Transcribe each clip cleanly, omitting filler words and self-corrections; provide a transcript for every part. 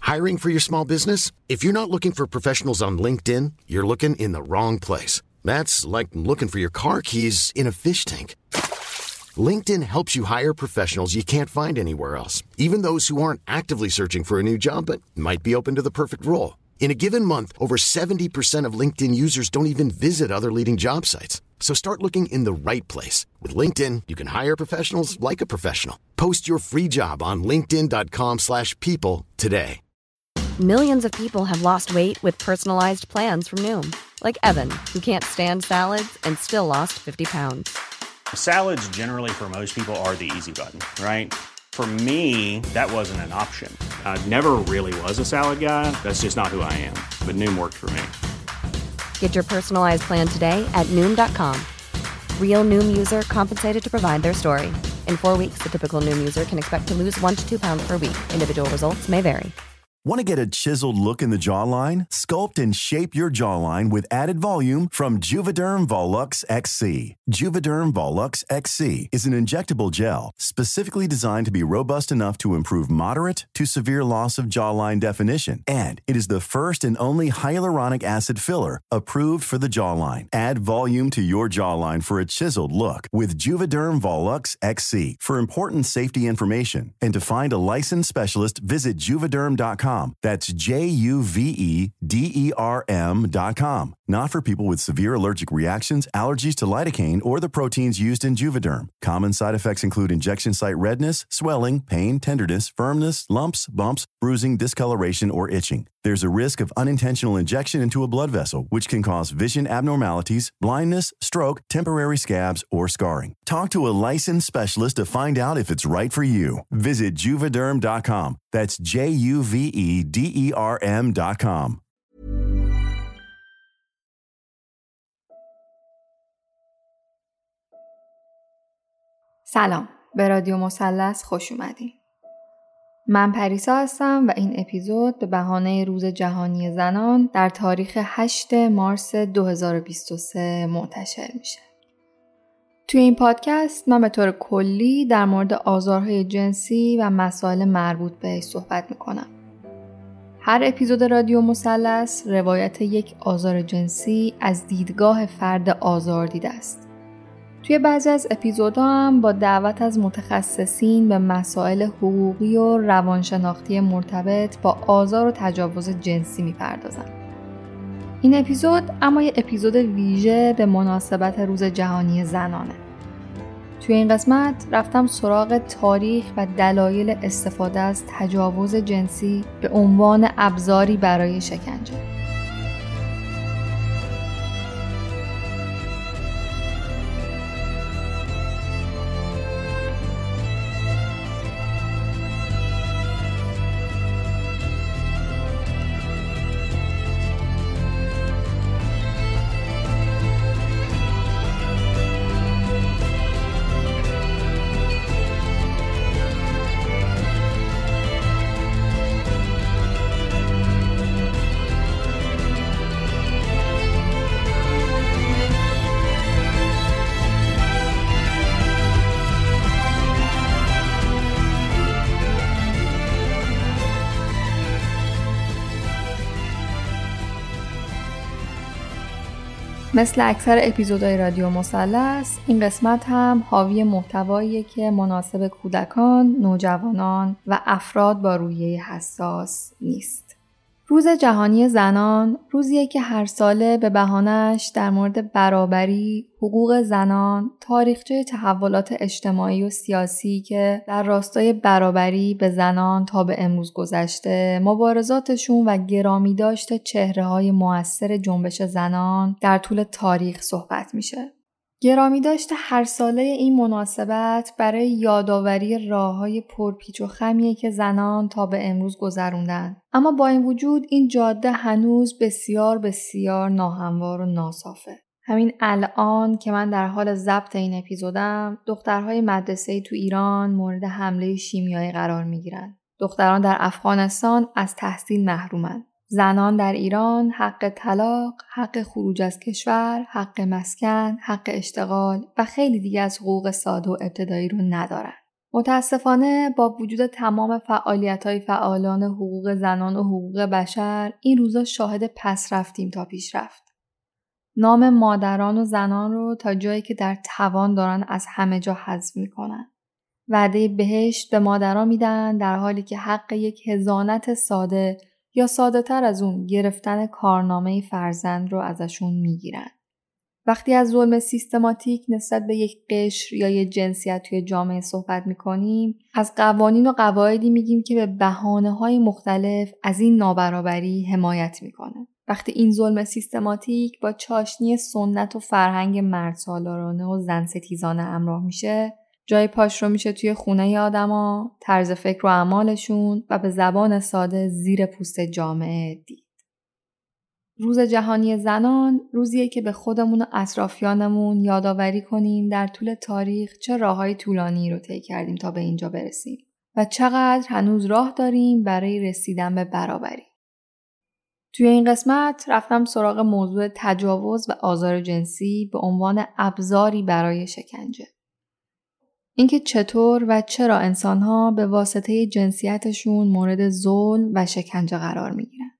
Hiring for your small business? If you're not looking for professionals on LinkedIn, you're looking in the wrong place. That's like looking for your car keys in a fish tank. LinkedIn helps you hire professionals you can't find anywhere else, even those who aren't actively searching for a new job but might be open to the perfect role. In a given month, over 70% of LinkedIn users don't even visit other leading job sites. So start looking in the right place. With LinkedIn, you can hire professionals like a professional. Post your free job on linkedin.com/people today. Millions of people have lost weight with personalized plans from Noom. Like Evan, who can't stand salads and still lost 50 pounds. Salads generally for most people are the easy button, right? For me, that wasn't an option. I never really was a salad guy. That's just not who I am. But Noom worked for me. Get your personalized plan today at Noom.com. Real Noom user compensated to provide their story. In 4 weeks, the typical Noom user can expect to lose 1 to 2 pounds per week. Individual results may vary. Want to get a chiseled look in the jawline? Sculpt and shape your jawline with added volume from Juvederm Volux XC. Juvederm Volux XC is an injectable gel specifically designed to be robust enough to improve moderate to severe loss of jawline definition. And it is the first and only hyaluronic acid filler approved for the jawline. Add volume to your jawline for a chiseled look with Juvederm Volux XC. For important safety information and to find a licensed specialist, visit juvederm.com. That's JUVEDERM.com. Not for people with severe allergic reactions, allergies to lidocaine, or the proteins used in Juvederm. Common side effects include injection site redness, swelling, pain, tenderness, firmness, lumps, bumps, bruising, discoloration, or itching. There's a risk of unintentional injection into a blood vessel, which can cause vision abnormalities, blindness, stroke, temporary scabs, or scarring. Talk to a licensed specialist to find out if it's right for you. Visit Juvederm.com. That's JUVEDERM.com. سلام، به رادیو مثلث خوش اومدین. من پریسا هستم و این اپیزود به بهانه روز جهانی زنان در تاریخ 8 مارس 2023 منتشر میشه. توی این پادکست من به طور کلی در مورد آزارهای جنسی و مسائل مربوط بهش صحبت میکنم. هر اپیزود رادیو مثلث روایت یک آزار جنسی از دیدگاه فرد آزاردیده است. توی بعضی از اپیزودها هم با دعوت از متخصصین به مسائل حقوقی و روانشناختی مرتبط با آزار و تجاوز جنسی میپردازم. این اپیزود اما یه اپیزود ویژه به مناسبت روز جهانی زنانه. توی این قسمت رفتم سراغ تاریخ و دلایل استفاده از تجاوز جنسی به عنوان ابزاری برای شکنجه. مثل اکثر اپیزودهای رادیو مثلث، این قسمت هم حاوی محتواییه که مناسب کودکان، نوجوانان و افراد با روحیه حساس نیست. روز جهانی زنان روزیه که هر ساله به بهانه‌اش در مورد برابری، حقوق زنان، تاریخچه تحولات اجتماعی و سیاسی که در راستای برابری به زنان تا به امروز گذشته، مبارزاتشون و گرامی داشته چهره‌های مؤثر جنبش زنان در طول تاریخ صحبت میشه. گرامی داشته هر ساله این مناسبت برای یادآوری راه‌های پرپیچ و خمیه که زنان تا به امروز گذروندن. اما با این وجود این جاده هنوز بسیار بسیار ناهموار و ناصافه. همین الان که من در حال ضبط این اپیزودم، دخترهای مدرسه‌ای تو ایران مورد حمله شیمیایی قرار میگیرن. دختران در افغانستان از تحصیل محرومن. زنان در ایران حق طلاق، حق خروج از کشور، حق مسکن، حق اشتغال و خیلی دیگه از حقوق ساده و ابتدایی رو ندارن. متاسفانه با وجود تمام فعالیت‌های فعالان حقوق زنان و حقوق بشر این روزا شاهد پس رفتیم تا پیش رفت. نام مادران و زنان رو تا جایی که در توان دارن از همه جا حذف میکنن. وعده بهشت به مادران میدن در حالی که حق یک حضانت ساده یا ساده تر از اون گرفتن کارنامه فرزند رو ازشون میگیرن. وقتی از ظلم سیستماتیک نسبت به یک قشر یا یک جنسیت توی جامعه صحبت میکنیم، از قوانین و قواعدی میگیم که به بهانه‌های مختلف از این نابرابری حمایت میکنه. وقتی این ظلم سیستماتیک با چاشنی سنت و فرهنگ مردسالارانه و زن ستیزانه همراه میشه، جای پاش رو میشه توی خونه آدما، طرز فکر و اعمالشون و به زبان ساده زیر پوست جامعه دید. روز جهانی زنان روزیه که به خودمون و اطرافیانمون یادآوری کنیم در طول تاریخ چه راههای طولانی رو طی کردیم تا به اینجا برسیم و چقدر هنوز راه داریم برای رسیدن به برابری. توی این قسمت رفتم سراغ موضوع تجاوز و آزار جنسی به عنوان ابزاری برای شکنجه. اینکه چطور و چرا انسان‌ها به واسطه جنسیتشون مورد ظلم و شکنجه قرار می‌گیرن.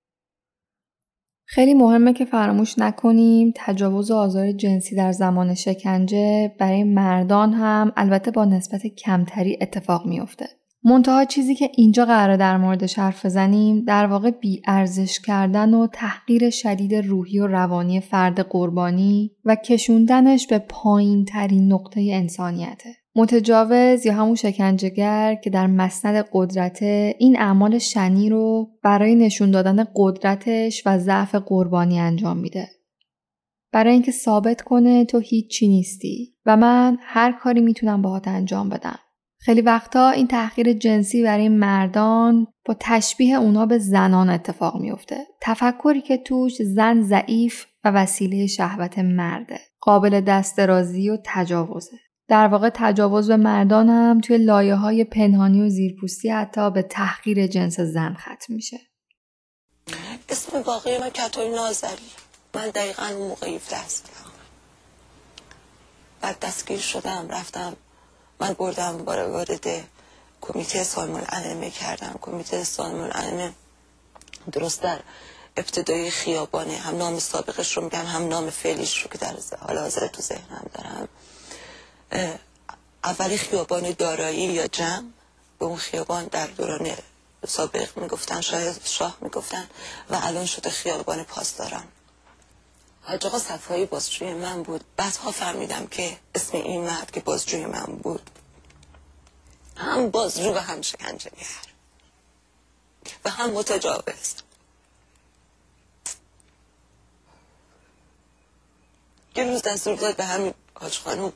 خیلی مهمه که فراموش نکنیم تجاوز و آزار جنسی در زمان شکنجه برای مردان هم البته با نسبت کمتری اتفاق میفته. منتها چیزی که اینجا قراره در موردش حرف بزنیم در واقع بی‌ارزش کردن و تحقیر شدید روحی و روانی فرد قربانی و کشوندنش به پایین ترین نقطه انسانیته. متجاوز یا همون شکنجهگر که در مسند قدرت این اعمال شنی رو برای نشون دادن قدرتش و ضعف قربانی انجام میده. برای اینکه ثابت کنه تو هیچی نیستی و من هر کاری میتونم باهات انجام بدم. خیلی وقتا این تحقیر جنسی برای مردان با تشبیه اونا به زنان اتفاق میفته. تفکری که توش زن ضعیف و وسیله شهوت مرده. قابل دسترازی و تجاوزه. در واقع تجاوز به مردان هم توی لایه‌های پنهانی و زیرپوستی حتی به تحقیر جنس زن ختم میشه. اسم واقعی من کتای نازلی. من دقیقاً اون موقع 17 سالم. بعد دستگیر شدم، رفتم من بردم وارد کمیته سالم العلمه کردم. کمیته سالم العلمه درست در ابتدای خیابانه، هم نام سابقش رو میگم هم نام فعلیش رو که در حال حاضر تو ذهنم دارم. اولی خیابان دارایی یا جمع، به اون خیابان در دوران سابق میگفتن شاه میگفتن و الان شده خیابان پاسداران. حاج آقا صفایی بازجوی من بود. بعدها فهمیدم که اسم این مرد که بازجوی من بود هم بازجو و هم شکنجهگر و هم متجاوز. یه روز دستور داد به همین حاج خانوم،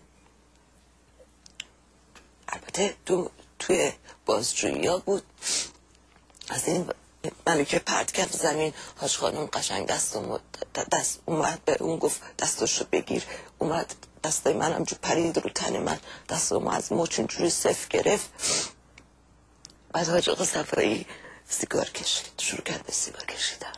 البته توی بازجویی ها بود، از این منو که پرت کرد زمین. حاج خانم قشنگ دست اومد به اون گفت دستشو بگیر، اومد دستای منم جو پرید رو تن من، دستم از موچون جوری صف گرفت. بعد حاج آقا صفایی سیگار کشید، شروع کرد به سیگار کشیدن.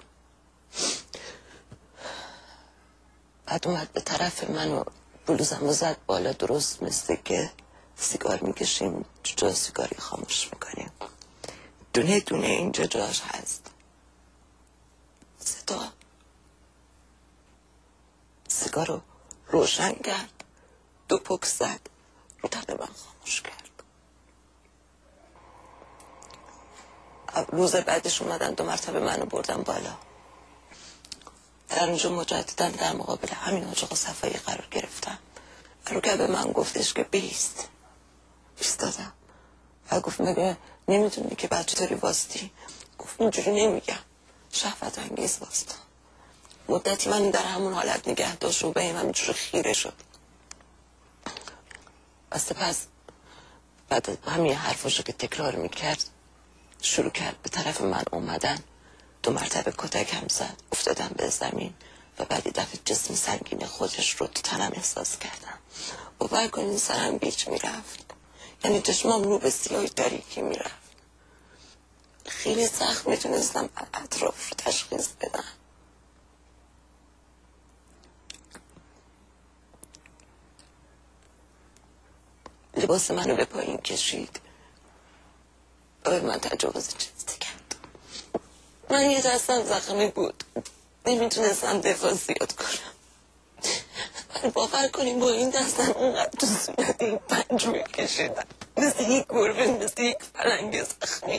بعد اومد به طرف من و بلوزم زد بالا، درست مثل که سیگار میکشیم جا سیگاری خاموش میکنیم. دونه دونه اینجا جاش هست. صدا سیگار رو روشن کرد، 2 پک زد رو تن من خاموش کرد. روز بعدش اومدن 2 مرتبه منو بردن بالا. در اونجا مجدداً در مقابل همین حاج آقا صفایی قرار گرفتم. رو که به من گفتش که بیست. ایستادم و گفت مگه نمیدونی که بعد چطوری واستی؟ گفت اینجوری نمیگم، شهوت انگیز واستم. مدتی من در همون حالت نگه داشت و به این همینجوری خیره شد. پس بعد همین حرفاشو که تکرار میکرد شروع کرد به طرف من اومدن. 2 مرتبه کتکم زد، افتادم به زمین و بعد دفعه جسم سنگین خودش رو تو تنم احساس کردم. باور کنین سرم بیچ میرفت، یعنی چشمام رو به سیاه تاریکی میرفت. خیلی سخت میتونستم اطراف رو تشخیص بدم. لباس منو به پایین کشید و به من تجاوز جنسی کرد. من یه دستم زخمی بود، نمیتونستم دفاع زیاد کنم، ولی باور کنیم با این دستم اونقدر تو صورت این 5 روی کشیدم مثل یک گربه، مثل یک فرنگ زخمی.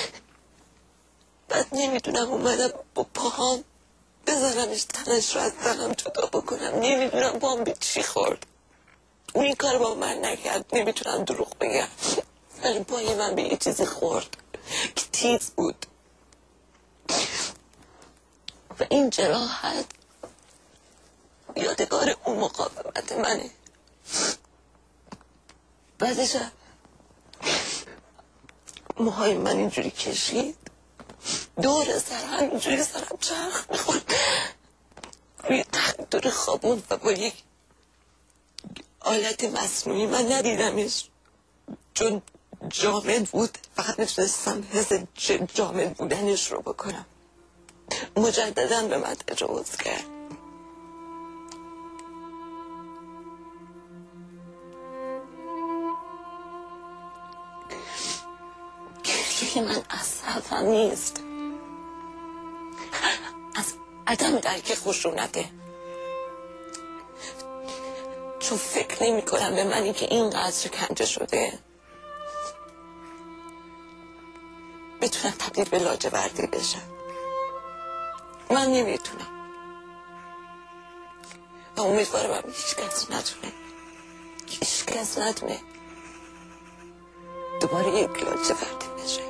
بعد نمیدونم اومدم با پاهام بزنمش، تنش رو از دلم جدا بکنم. نمیدونم پاهم به چی خورد. اون این کار با من نکرد، نمیتونم دروغ بگم، ولی پای من به یه چیزی خورد که تیز بود و این جراحت یادگار اون مقاومت منه. بعدش موهای من اینجوری کشید، دور سر همینجوری سرم چرخ میخورد روی تخت دور خوابون و با یک آلت مصنوعی. من ندیدمش چون جامد بود، فقط نتونستم حس جامد بودنش رو بکنم. مجددا به من تجاوز کرد. گریه من از صرفم نیست، از عدم درک خشونته، چون فکر نمی کنم به منی که اینقدر شکنجه شده بتونم تبدیل به لاجوردی بشم. من نمیتونم و امیدوارم هم هیچ کس نتونه دوباره یک لاجوردی بشه.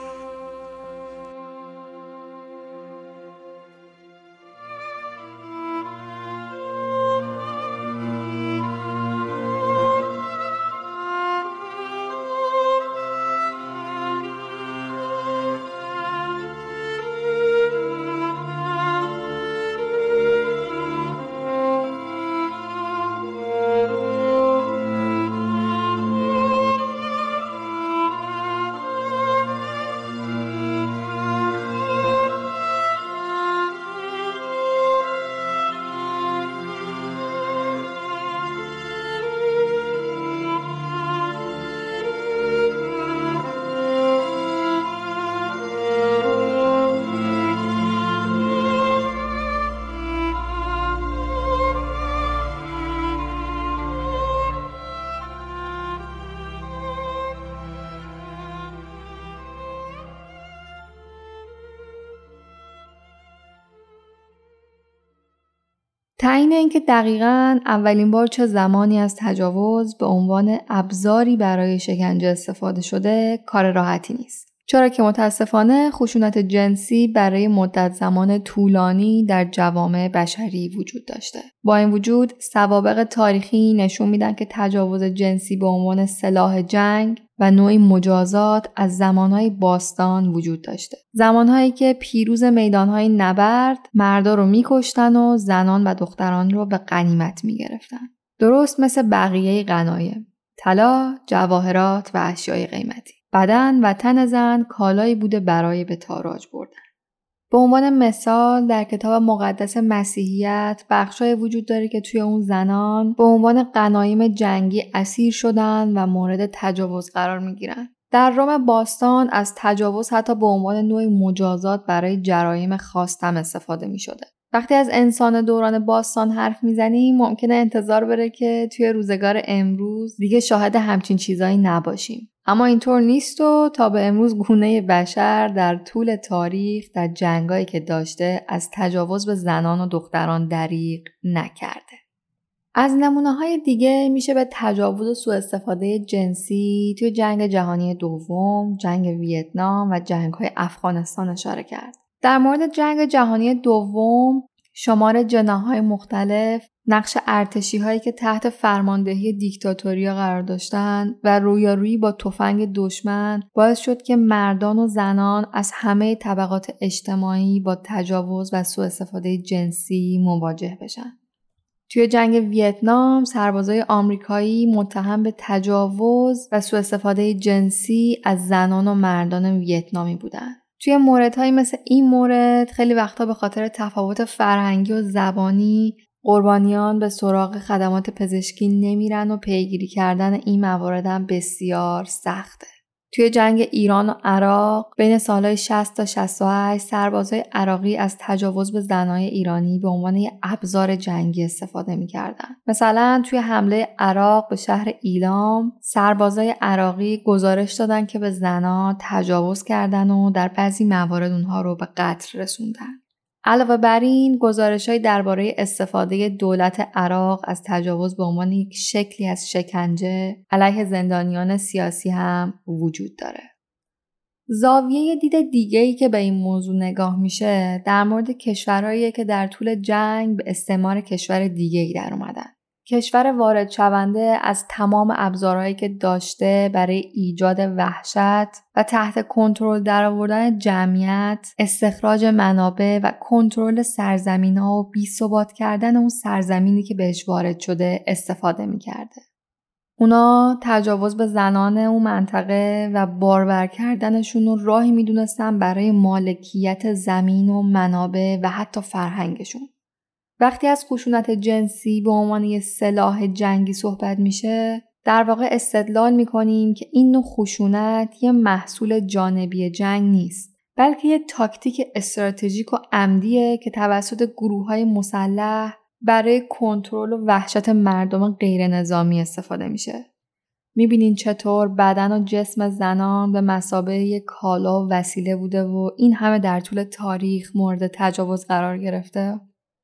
تعیین اینکه دقیقاً اولین بار چه زمانی از تجاوز به عنوان ابزاری برای شکنجه استفاده شده کار راحتی نیست. چرا که متاسفانه خشونت جنسی برای مدت زمان طولانی در جوامع بشری وجود داشته. با این وجود سوابق تاریخی نشون میدن که تجاوز جنسی به عنوان سلاح جنگ و نوعی مجازات از زمانهای باستان وجود داشته. زمانهایی که پیروز میدانهای نبرد مردا رو میکشتن و زنان و دختران رو به غنیمت میگرفتن. درست مثل بقیه غنایم، طلا، جواهرات و اشیای قیمتی. بدن و تن زن کالایی بوده برای به تاراج بردن. به عنوان مثال در کتاب مقدس مسیحیت بخشای وجود داره که توی اون زنان به عنوان غنایم جنگی اسیر شدن و مورد تجاوز قرار میگیرن. در روم باستان از تجاوز حتی به عنوان نوع مجازات برای جرایم خواستم استفاده می شده. وقتی از انسان دوران باستان حرف میزنیم ممکنه انتظار بره که توی روزگار امروز دیگه شاهد همچین چیزایی نباشیم. اما اینطور نیست و تا به امروز گونه بشر در طول تاریخ در جنگایی که داشته از تجاوز به زنان و دختران دریغ نکرده. از نمونه‌های دیگه میشه به تجاوز و سوء استفاده جنسی توی جنگ جهانی دوم، جنگ ویتنام و جنگ‌های افغانستان اشاره کرد. در مورد جنگ جهانی دوم شمار جناح‌های مختلف، نقش ارتشی‌هایی که تحت فرماندهی دیکتاتوریا قرار داشتند و رویارویی با تفنگ دشمن باعث شد که مردان و زنان از همه طبقات اجتماعی با تجاوز و سوء استفاده جنسی مواجه بشن. توی جنگ ویتنام سربازای آمریکایی متهم به تجاوز و سوء استفاده جنسی از زنان و مردان ویتنامی بودند. توی موردهایی مثل این مورد خیلی وقتا به خاطر تفاوت فرهنگی و زبانی قربانیان به سراغ خدمات پزشکی نمیرن و پیگیری کردن این موارد هم بسیار سخته. توی جنگ ایران و عراق بین سالهای 60 تا 68 سربازای عراقی از تجاوز به زنای ایرانی به عنوان یک ابزار جنگی استفاده می‌کردن. مثلا توی حمله عراق به شهر ایلام سربازای عراقی گزارش دادن که به زنها تجاوز کردن و در بعضی موارد اونها رو به قتل رسوندن. علاوه بر این گزارش‌های درباره استفاده دولت عراق از تجاوز به عنوان یک شکلی از شکنجه علیه زندانیان سیاسی هم وجود داره. زاویه دید دیگه‌ای که به این موضوع نگاه میشه در مورد کشورهایی که در طول جنگ به استعمار کشور دیگه‌ای در اومدن. کشور وارد شونده از تمام ابزارهایی که داشته برای ایجاد وحشت و تحت کنترل درآوردن جمعیت، استخراج منابع و کنترل سرزمین‌ها و بی‌ثبات کردن اون سرزمینی که بهش وارد شده استفاده می‌کرده. اونا تجاوز به زنان اون منطقه و بارور کردنشون رو راهی می‌دونستن برای مالکیت زمین و منابع و حتی فرهنگشون. وقتی از خشونت جنسی به عنوان یه سلاح جنگی صحبت میشه، در واقع استدلال میکنیم که این نوع خشونت یه محصول جانبی جنگ نیست، بلکه یه تاکتیک استراتژیک و عمدیه که توسط گروه‌های مسلح برای کنترل و وحشت مردم غیر نظامی استفاده میشه. میبینین چطور بدن و جسم زنان به مثابه یک کالا و وسیله بوده و این همه در طول تاریخ مورد تجاوز قرار گرفته؟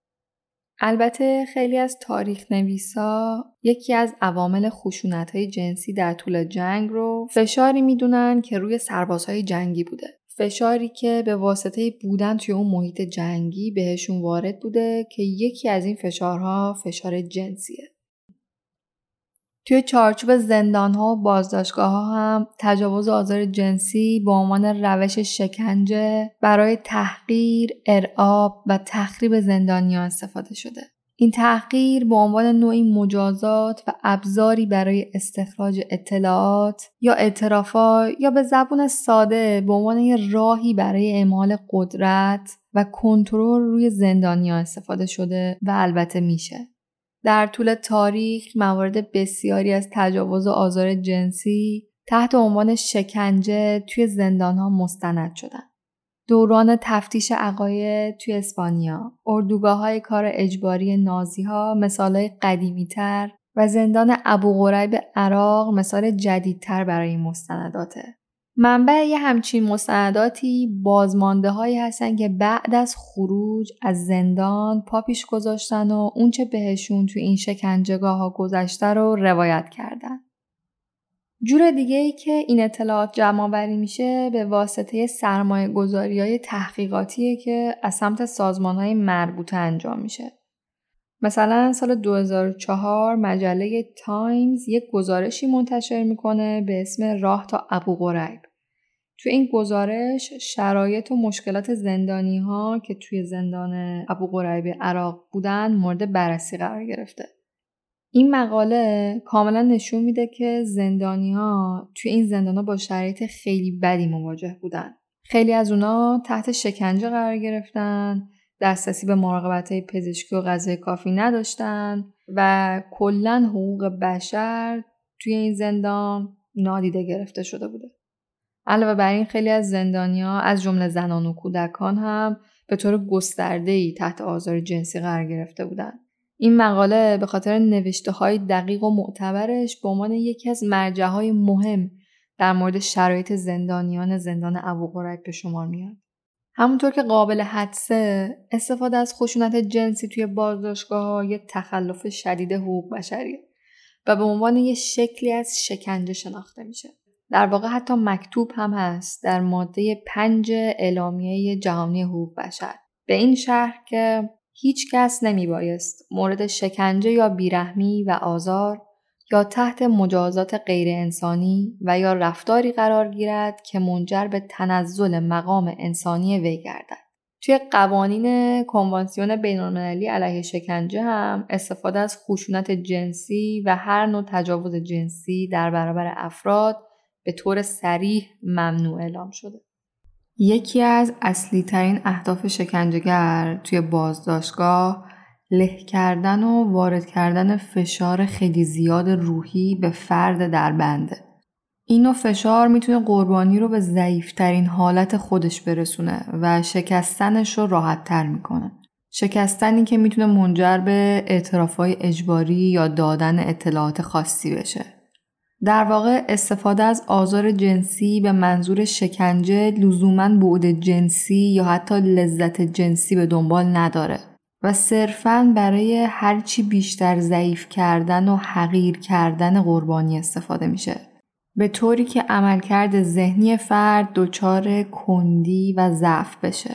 البته خیلی از تاریخ نویسا یکی از عوامل خشونت‌های جنسی در طول جنگ رو فشاری میدونن که روی سربازهای جنگی بوده. فشاری که به واسطه بودن توی اون محیط جنگی بهشون وارد بوده که یکی از این فشارها فشار جنسیه. توی چارچوب زندان‌ها و بازداشتگاه‌ها هم تجاوز و آزار جنسی به عنوان روش شکنجه برای تحقیر، ارعاب و تخریب زندانیان استفاده شده. این تحقیر به عنوان نوعی مجازات و ابزاری برای استخراج اطلاعات یا اعترافات یا به زبون ساده به عنوان یک راهی برای اعمال قدرت و کنترل روی زندانیان استفاده شده و البته میشه. در طول تاریخ موارد بسیاری از تجاوز و آزار جنسی تحت عنوان شکنجه توی زندان‌ها مستند شدن. دوران تفتیش عقاید توی اسپانیا، اردوگاه‌های کار اجباری نازی‌ها مثالای قدیمی‌تر و زندان ابوغریب عراق مثال جدیدتر برای این مستنداته. منبع یه همچین مستنداتی بازمانده‌هایی هستن که بعد از خروج از زندان پا پیش گذاشتن و اونچه بهشون تو این شکنجهگاه‌ها گذشته رو روایت کردن. جور دیگه‌ای که این اطلاعات جمع‌آوری میشه به واسطه سرمایه‌گذاری‌های تحقیقاتیه که از سمت سازمان‌های مربوطه انجام میشه. مثلا سال 2004 مجله تایمز یک گزارشی منتشر میکنه به اسم راه تا ابوغریب. تو این گزارش شرایط و مشکلات زندانی‌ها که توی زندان ابوغریب عراق بودن مورد بررسی قرار گرفته. این مقاله کاملا نشون میده که زندانی‌ها توی این زندان‌ها با شرایط خیلی بدی مواجه بودن. خیلی از اونا تحت شکنجه قرار گرفتن، دسترسی به مراقبت‌های پزشکی و غذای کافی نداشتن و کلاً حقوق بشر توی این زندان نادیده گرفته شده بوده. علاوه بر این خیلی از زندانی‌ها از جمله زنان و کودکان هم به طور گسترده‌ای تحت آزار جنسی قرار گرفته بودن. این مقاله به خاطر نوشته‌های دقیق و معتبرش به عنوان یکی از مرجع‌های مهم در مورد شرایط زندانیان زندان ابوغریب به شمار میاد. همونطور که قابل حدسه استفاده از خشونت جنسی توی بازداشتگاه‌ها یه تخلف شدید حقوق بشریه و به عنوان یه شکلی از شکنجه شناخته میشه. در واقع حتی مکتوب هم هست در ماده 5 اعلامیه جهانی حقوق بشر به این شرح که هیچ کس نمیبایست مورد شکنجه یا بیرحمی و آزار یا تحت مجازات غیر انسانی و یا رفتاری قرار گیرد که منجر به تنزل مقام انسانی وی گردد. توی قوانین کنوانسیون بین‌المللی علیه شکنجه هم استفاده از خشونت جنسی و هر نوع تجاوز جنسی در برابر افراد به طور صریح ممنوع اعلام شده. یکی از اصلی ترین اهداف شکنجهگر توی بازداشتگاه له کردن و وارد کردن فشار خیلی زیاد روحی به فرد در بنده. این نوع فشار میتونه قربانی رو به ضعیف‌ترین حالت خودش برسونه و شکستنش رو راحت‌تر میکنه. شکستنی که میتونه منجر به اعتراف‌های اجباری یا دادن اطلاعات خاصی بشه. در واقع استفاده از آزار جنسی به منظور شکنجه لزوماً بعد جنسی یا حتی لذت جنسی به دنبال نداره و صرفاً برای هرچی بیشتر ضعیف کردن و حقیر کردن قربانی استفاده میشه، به طوری که عملکرد ذهنی فرد دچار کندی و ضعف بشه.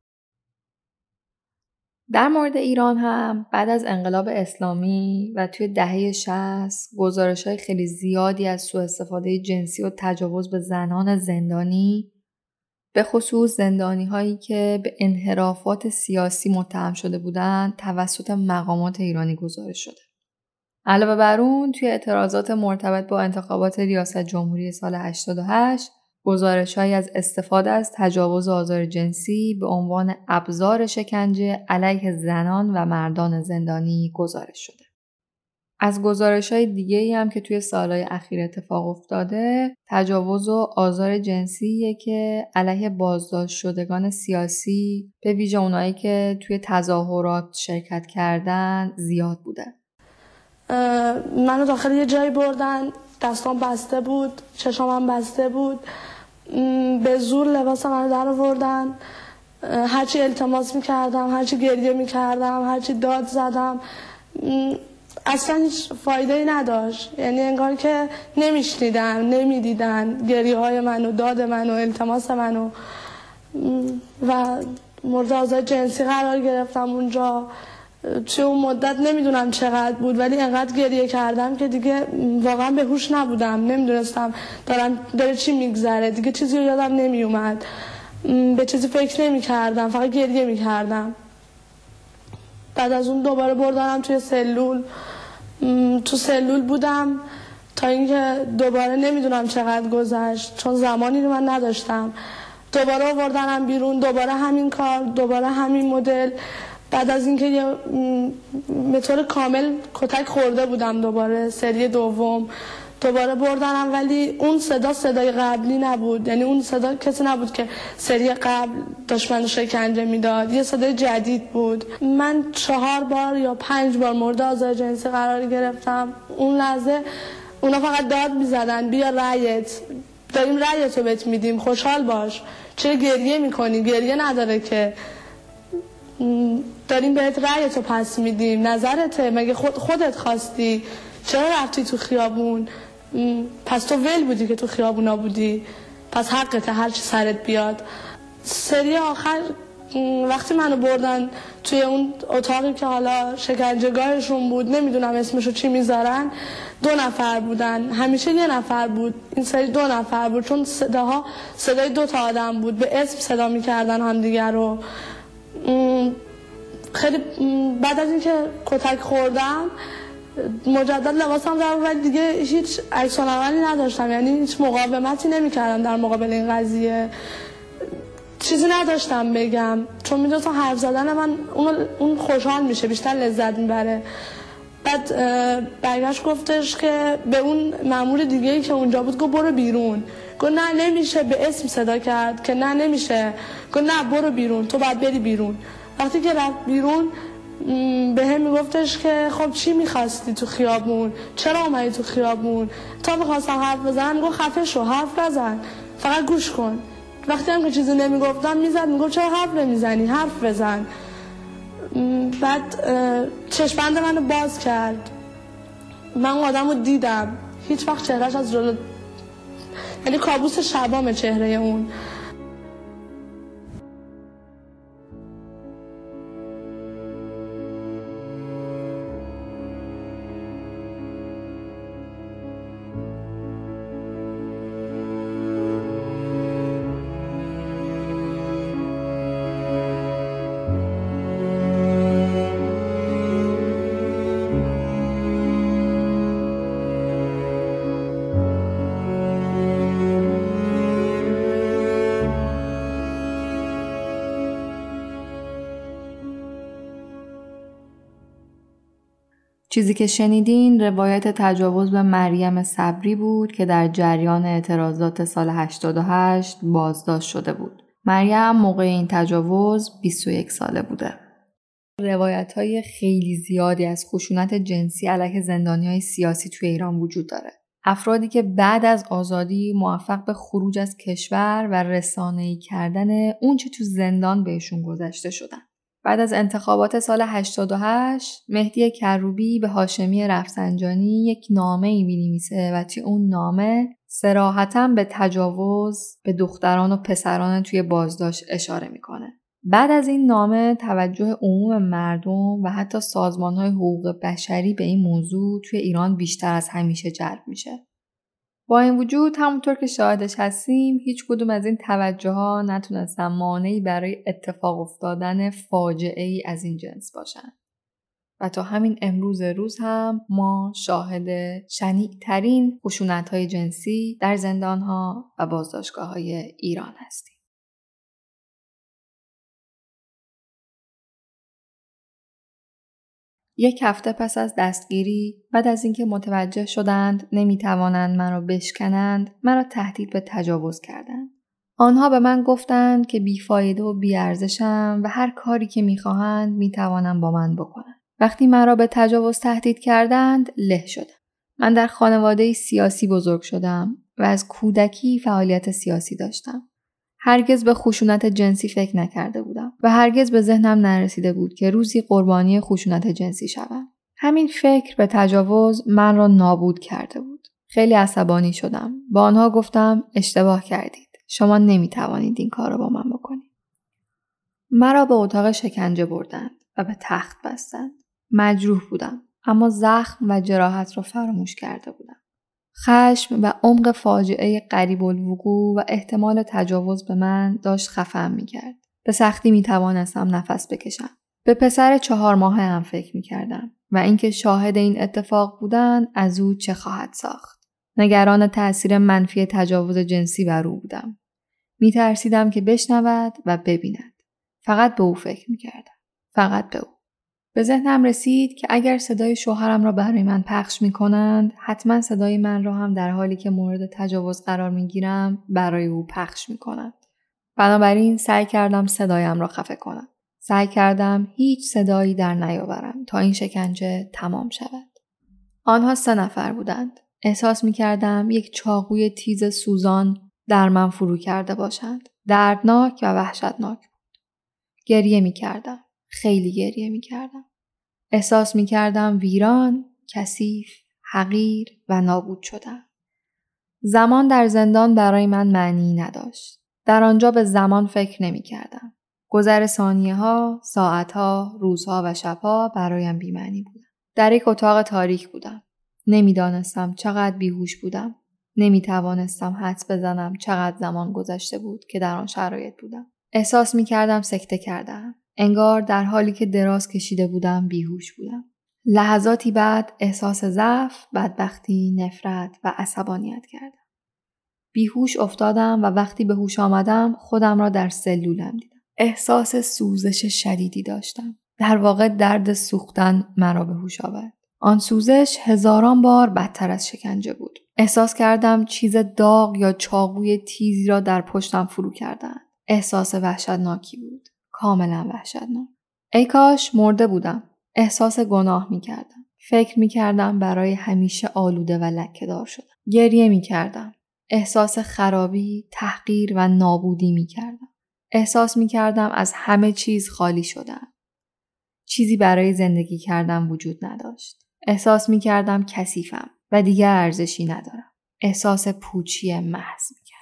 در مورد ایران هم بعد از انقلاب اسلامی و توی دهه 60 گزارش‌های خیلی زیادی از سوء استفاده جنسی و تجاوز به زنان زندانی، به خصوص زندانی‌هایی که به انحرافات سیاسی متهم شده بودند، توسط مقامات ایرانی گزارش شده. علاوه بر اون توی اعتراضات مرتبط با انتخابات ریاست جمهوری سال 88 گزارش‌هایی از استفاده از تجاوز و آزار جنسی به عنوان ابزار شکنجه علیه زنان و مردان زندانی گزارش شده. از گزارش‌های دیگه‌ای هم که توی سالهای اخیر اتفاق افتاده، تجاوز و آزار جنسیه که علیه بازداشت شدگان سیاسی، به ویژه اونایی که توی تظاهرات شرکت کردن، زیاد بوده. منو داخل یه جایی بردن، دستام بسته بود، چشامم بسته بود، به زور لباس منو در آوردن. هرچی التماس میکردم، هرچی گریه میکردم، هرچی داد زدم، اصلا هیچ فایده‌ای نداشت. یعنی انگار که نمیشنیدن، نمیدیدن گریه های منو، داد منو، التماس منو. و مورد آزار جنسی قرار گرفتم اونجا. توی اون مدت نمیدونم چقدر بود، ولی انقدر گریه کردم که دیگه واقعا به هوش نبودم، نمیدونستم داره چی میگذره، دیگه چیزی رو یادم نمیومد، به چیزی فکر نمی کردم، فقط گریه می کردم. بعد از اون دوباره بردنم توی سلول، تو سلول بودم تا اینکه دوباره نمیدونم چقدر گذشت، چون زمانی رو من نداشتم. دوباره بردنم بیرون، دوباره همین کار، دوباره همین مدل. بعد از اینکه یه به طور کامل کتک خورده بودم، دوباره سری دوم دوباره بردنم، ولی اون صدای قبلی نبود. یعنی اون صدا کسی نبود که سری قبل داشت منو شکنجه میداد، یه صدای جدید بود. من 4 بار یا 5 بار مورد آزار جنسی قرار گرفتم. اون لحظه اونا فقط داد میزدن بیا رأیت، داریم رأیتو بهت میدیم، خوشحال باش، چرا گریه میکنی؟ گریه نداره که، داریم بهت رأیتو پس میدیم، نظرته، مگه خودت خواستی؟ چرا رفتی تو خیابون؟ پس تو ول بودی که تو خیابونا بودی، پس حقته هر چی سرت بیاد. سری آخر وقتی منو بردن توی اون اتاقی که حالا شکنجهگاهشون بود، نمیدونم اسمشو چی میذارن، 2 نفر بودن. همیشه 1 نفر بود، این سری 2 نفر بود، چون صدای 2 تا آدم بود، به اسم صدا میکردن همدیگر رو. خیلی بعد از اینکه کتک خوردم مجدد لباسم در بود، دیگه هیچ عکس العملی نداشتم، یعنی هیچ مقاومتی نمی‌کردم در مقابل این قضیه. چیزی نداشتم بگم، چون می‌دونستم حرف زدن من اون خوشحال میشه، بیشتر لذت میبره. بعد برگشت گفتش که به اون مأمور دیگه‌ای که اونجا بود، گفت برو بیرون. گفت نه نمیشه، به اسم صدا کرد که نه نمیشه. گفت نه برو بیرون، تو باید بری بیرون. وقتی که رفت بیرون به هم میگفتش که خب چی میخواستی تو خیابون؟ چرا اومدی تو خیابون؟ تا میخواستم حرف بزنم گفت خفه شو، حرف نزن، فقط گوش کن. وقتی هم که چیزی نمیگفتم میزد، میگفت چرا حرف نمیزنی؟ حرف بزن. بعد چشمند منو باز کرد، من اون آدم رو دیدم، هیچ وقت چهرهش از جلو، یعنی کابوس شبام چهره اون. چیزی که شنیدین روایت تجاوز به مریم صبری بود که در جریان اعتراضات سال 88 بازداشت شده بود. مریم موقع این تجاوز 21 ساله بوده. روایت‌های خیلی زیادی از خشونت جنسی علیه زندانی‌های سیاسی توی ایران وجود داره. افرادی که بعد از آزادی موفق به خروج از کشور و رسانه‌ای کردن اونچه تو زندان بهشون گذشته شدن. بعد از انتخابات سال 88 مهدی کروبی به هاشمی رفسنجانی یک نامه‌ای می‌نویسه و توی اون نامه صراحتاً به تجاوز به دختران و پسران توی بازداشت اشاره میکنه. بعد از این نامه توجه عموم مردم و حتی سازمان‌های حقوق بشری به این موضوع توی ایران بیشتر از همیشه جلب میشه. با این وجود همونطور که شاهدش هستیم هیچ کدوم از این توجه‌ها نتونستن مانعی برای اتفاق افتادن فاجعه‌ای از این جنس باشن. و تا همین امروز روز هم ما شاهد شنیع‌ترین خشونت‌های جنسی در زندان‌ها و بازداشتگاه‌های ایران هستیم. یک هفته پس از دستگیری، بعد از اینکه متوجه شدند نمیتوانند مرا بشکنند، مرا تهدید به تجاوز کردند. آنها به من گفتند که بیفایده و بیارزشم و هر کاری که میخواهند میتوانند با من بکنند. وقتی مرا به تجاوز تهدید کردند، له شدم. من در خانواده سیاسی بزرگ شدم و از کودکی فعالیت سیاسی داشتم. هرگز به خشونت جنسی فکر نکرده بودم و هرگز به ذهنم نرسیده بود که روزی قربانی خشونت جنسی شوم. همین فکر به تجاوز من را نابود کرده بود. خیلی عصبانی شدم. با آنها گفتم اشتباه کردید. شما نمیتوانید این کار را با من بکنید. مرا به اتاق شکنجه بردند و به تخت بستند. مجروح بودم، اما زخم و جراحت را فراموش کرده بودم. خشم و عمق فاجعه قریب الوقوع و احتمال تجاوز به من داشت خفم می‌کرد. به سختی می‌توانستم نفس بکشم. به پسر 4 ماهه هم فکر می‌کردم و اینکه شاهد این اتفاق بودن از او چه خواهد ساخت. نگران تأثیر منفی تجاوز جنسی بر او بودم. می‌ترسیدم که بشنود و ببیند. فقط به او فکر می‌کردم. فقط به او. به ذهنم رسید که اگر صدای شوهرم را برای من پخش می‌کنند، حتما صدای من را هم در حالی که مورد تجاوز قرار می‌گیرم برای او پخش می‌کنند. بنابراین سعی کردم صدایم را خفه کنم. سعی کردم هیچ صدایی در نیاورم تا این شکنجه تمام شود. آنها 3 نفر بودند. احساس می‌کردم یک چاقوی تیز سوزان در من فرو کرده باشند. دردناک و وحشتناک بود. گریه می‌کردم. خیلی گریه می‌کردم. احساس می‌کردم ویران، کثیف، حقیر و نابود شدم. زمان در زندان برای من معنی نداشت. در آنجا به زمان فکر نمی‌کردم. گذر ثانیه‌ها، ساعت‌ها، روزها و شب‌ها برایم بی‌معنی بود. در یک اتاق تاریک بودم. نمی‌دانستم چقدر بیهوش بودم. نمی‌توانستم حدس بزنم چقدر زمان گذشته بود که در آن شرایط بودم. احساس می‌کردم سکته کردم. انگار در حالی که دراز کشیده بودم بیهوش بودم. لحظاتی بعد احساس ضعف، بدبختی، نفرت و عصبانیت کردم. بیهوش افتادم و وقتی به هوش آمدم خودم را در سلولم دیدم. احساس سوزش شدیدی داشتم. در واقع درد سوختن مرا به هوش آورد. آن سوزش 1000 بار بدتر از شکنجه بود. احساس کردم چیز داغ یا چاقوی تیزی را در پشتم فرو کردند. احساس وحشتناکی بود. کاملا وحشتناک. ای کاش مرده بودم. احساس گناه می کردم. فکر می کردم برای همیشه آلوده و لکه‌دار شدم. گریه می کردم. احساس خرابی، تحقیر و نابودی می کردم. احساس می کردم از همه چیز خالی شدم. چیزی برای زندگی کردن وجود نداشت. احساس می کردم کثیفم و دیگر ارزشی ندارم. احساس پوچی محض می کردم.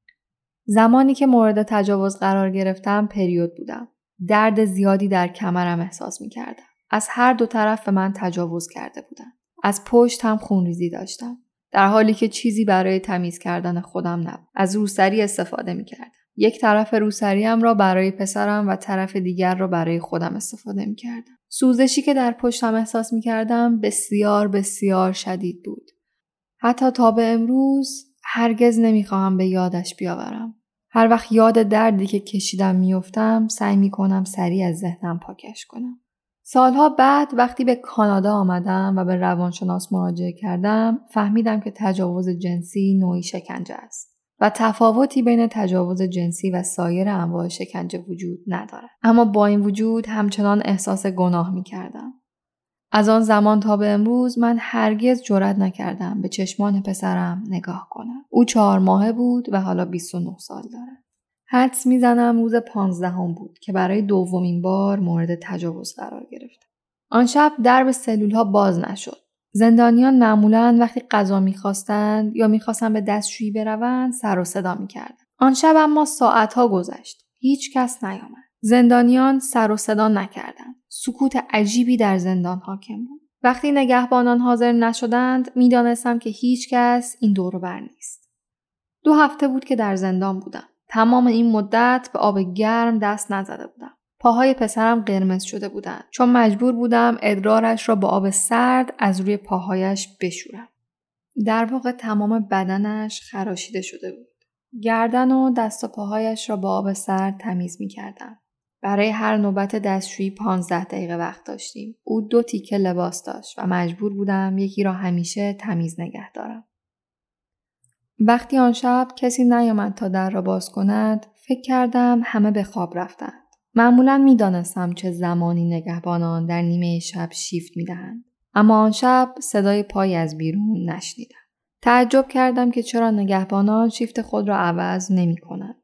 زمانی که مورد تجاوز قرار گرفتم پریود بودم. درد زیادی در کمرم احساس می کردم. از هر 2 طرف به من تجاوز کرده بودن. از پشت هم خونریزی داشتم. در حالی که چیزی برای تمیز کردن خودم نبود. از روسری استفاده می کردم. یک طرف روسریم را برای پسرم و طرف دیگر را برای خودم استفاده می کردم. سوزشی که در پشتم احساس می کردم بسیار بسیار شدید بود. حتی تا به امروز هرگز نمیخواهم به یادش بیاورم. هر وقت یاد دردی که کشیدم میافتم سعی میکنم سریع از ذهنم پاکش کنم. سالها بعد وقتی به کانادا آمدم و به روانشناس مراجعه کردم، فهمیدم که تجاوز جنسی نوعی شکنجه است و تفاوتی بین تجاوز جنسی و سایر انواع شکنجه وجود ندارد. اما با این وجود همچنان احساس گناه می کردم. از آن زمان تا به امروز من هرگز جرئت نکردم به چشمان پسرم نگاه کنم. او 4 ماهه بود و حالا 29 سال دارد. حدس میزنم روز 15 بود که برای دومین بار مورد تجاوز قرار گرفتم. آن شب درب سلول‌ها باز نشد. زندانیان معمولاً وقتی غذا می‌خواستند یا می‌خواستند به دستشویی بروند سر و صدا می‌کردند. آن شب اما ساعت‌ها گذشت. هیچ کس نیامد. زندانیان سر و صدا نکردند. سکوت عجیبی در زندان حاکم بود. وقتی نگهبانان حاضر نشدند می‌دانستم که هیچ کس این دور و بر نیست. 2 هفته بود که در زندان بودم. تمام این مدت به آب گرم دست نزده بودم. پاهای پسرم قرمز شده بودند چون مجبور بودم ادرارش را با آب سرد از روی پاهایش بشورم. در واقع تمام بدنش خراشیده شده بود. گردن و دست و پاهایش را با آب سرد تمیز می کردم. برای هر نوبت دستشویی 15 دقیقه وقت داشتیم. او 2 تیکه لباس داشت و مجبور بودم یکی را همیشه تمیز نگه دارم. وقتی آن شب کسی نیامد تا در را باز کند، فکر کردم همه به خواب رفتند. معمولاً می دانستم چه زمانی نگهبانان در نیمه شب شیفت می دهند. اما آن شب صدای پای از بیرون نشنیدم. تعجب کردم که چرا نگهبانان شیفت خود را عوض نمی کنند.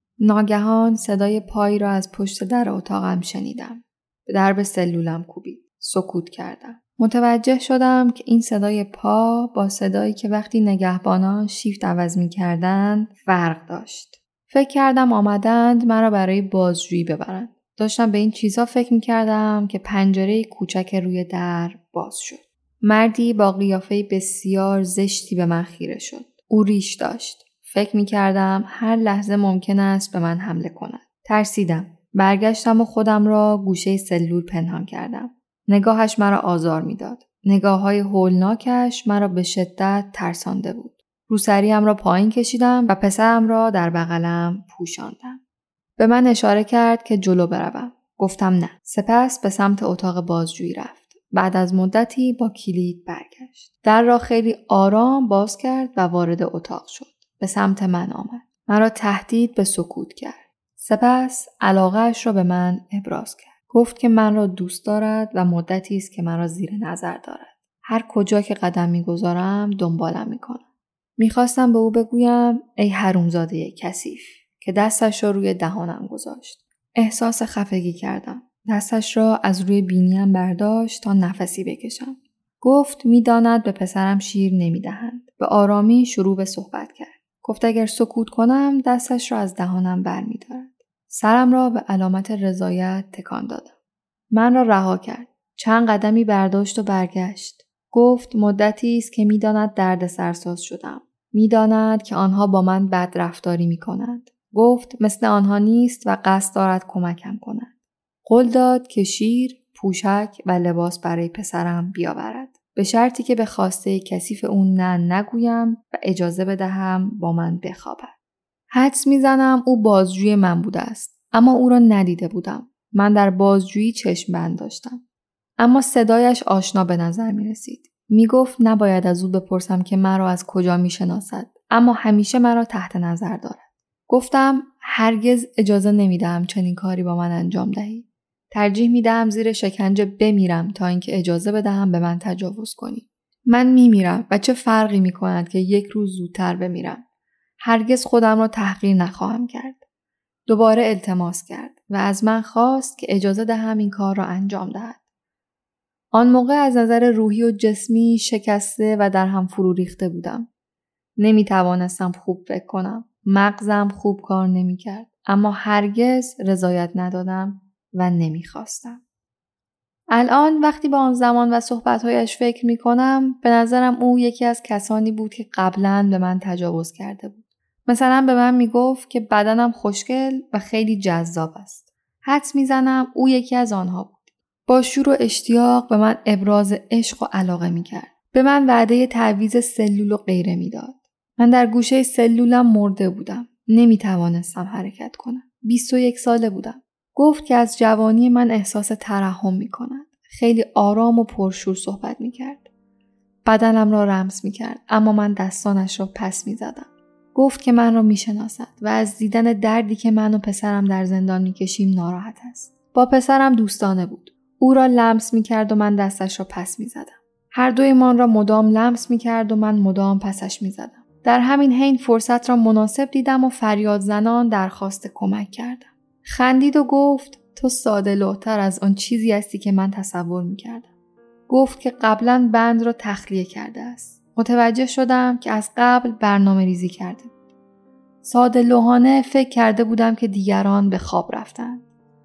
ناگهان صدای پایی را از پشت در اتاقم شنیدم. به درب سلولم کوبید. سکوت کردم. متوجه شدم که این صدای پا با صدایی که وقتی نگهبانان شیفت عوض می کردند فرق داشت. فکر کردم آمدند مرا برای بازجویی ببرند. داشتم به این چیزا فکر می کردم که پنجره کوچک روی در باز شد. مردی با قیافه بسیار زشتی به من خیره شد. او ریش داشت. فکر می کردم هر لحظه ممکن است به من حمله کند. ترسیدم. برگشتم و خودم را گوشه سلول پنهان کردم. نگاهش مرا آزار میداد. نگاه‌های هولناکش مرا به شدت ترسانده بود. روسری‌ام را پایین کشیدم و پسرم را در بغلم پوشاندم. به من اشاره کرد که جلو بروم. گفتم نه. سپس به سمت اتاق بازجویی رفت. بعد از مدتی با کلید برگشت. در را خیلی آرام باز کرد و وارد اتاق شد. به سمت من آمد. مرا تهدید به سکوت کرد. سپس علاقه‌اش را به من ابراز کرد. گفت که من را دوست دارد و مدتی است که مرا زیر نظر دارد. هر کجا که قدم می‌گذارم دنبالم می‌کند. می‌خواستم به او بگویم ای حرومزاده کثیف که دستش را روی دهانم گذاشت. احساس خفگی کردم. دستش را از روی بینیم برداشت تا نفسی بکشم. گفت می‌داند به پسرم شیر نمی‌دهند. به آرامی شروع به صحبت کرد. گفت اگر سکوت کنم دستش را از دهانم برمی‌دارد. سرم را به علامت رضایت تکان دادم. من را رها کرد. چند قدمی برداشت و برگشت. گفت مدتی است که می‌داند درد سرساز شدم. می‌داند که آنها با من بد رفتاری می‌کنند. گفت مثل آنها نیست و قصد دارد کمکم کند. قول داد که شیر، پوشک و لباس برای پسرم بیاورد. به شرطی که به خواسته کثیف اون نه نگویم و اجازه بدهم با من بخوابد. حدس میزنم او بازجوی من بوده است. اما او را ندیده بودم. من در بازجویی چشم بند داشتم. اما صدایش آشنا به نظر می رسید. می گفت نباید از او بپرسم که مرا از کجا می شناسد. اما همیشه مرا تحت نظر دارد. گفتم هرگز اجازه نمی دهم چنین کاری با من انجام دهی. ترجیح می دهم زیر شکنجه بمیرم تا اینکه اجازه بدهم به من تجاوز کنی. من می میرم و چه فرقی می کند که یک روز زودتر بمیرم. هرگز خودم را تحقیر نخواهم کرد. دوباره التماس کرد و از من خواست که اجازه دهم این کار را انجام دهد. آن موقع از نظر روحی و جسمی شکسته و در هم فرو ریخته بودم. نمی توانستم خوب فکر کنم. مغزم خوب کار نمی کرد. اما هرگز رضایت ندادم و نمی خواستم. الان وقتی به آن زمان و صحبتهایش فکر می کنم به نظرم او یکی از کسانی بود که قبلاً به من تجاوز کرده بود. مثلا به من می گفت که بدنم خوشگل و خیلی جذاب است. حدس می زنم او یکی از آنها بود. با شور و اشتیاق به من ابراز عشق و علاقه می کرد. به من وعده تعویض سلول و غیره می داد. من در گوشه سلولم مرده بودم. نمی توانستم حرکت کنم. 21 ساله بودم. گفت که از جوانی من احساس ترحم می کند. خیلی آرام و پرشور صحبت میکرد. بدنم را لمس میکرد اما من دستانش را پس میزدم. گفت که من را میشناسد و از دیدن دردی که من و پسرم در زندان میکشیم ناراحت است. با پسرم دوستانه بود. او را لمس میکرد و من دستش را پس میزدم. هر دویمان را مدام لمس میکرد و من مدام پسش میزدم. در همین حین فرصت را مناسب دیدم و فریاد زنان درخواست کمک کردم. خندید و گفت تو ساده لوح‌تر از آن چیزی هستی که من تصور میکردم. گفت که قبلا بند را تخلیه کرده است. متوجه شدم که از قبل برنامه ریزی کرده بود. ساده لوحانه فکر کرده بودم که دیگران به خواب رفتند.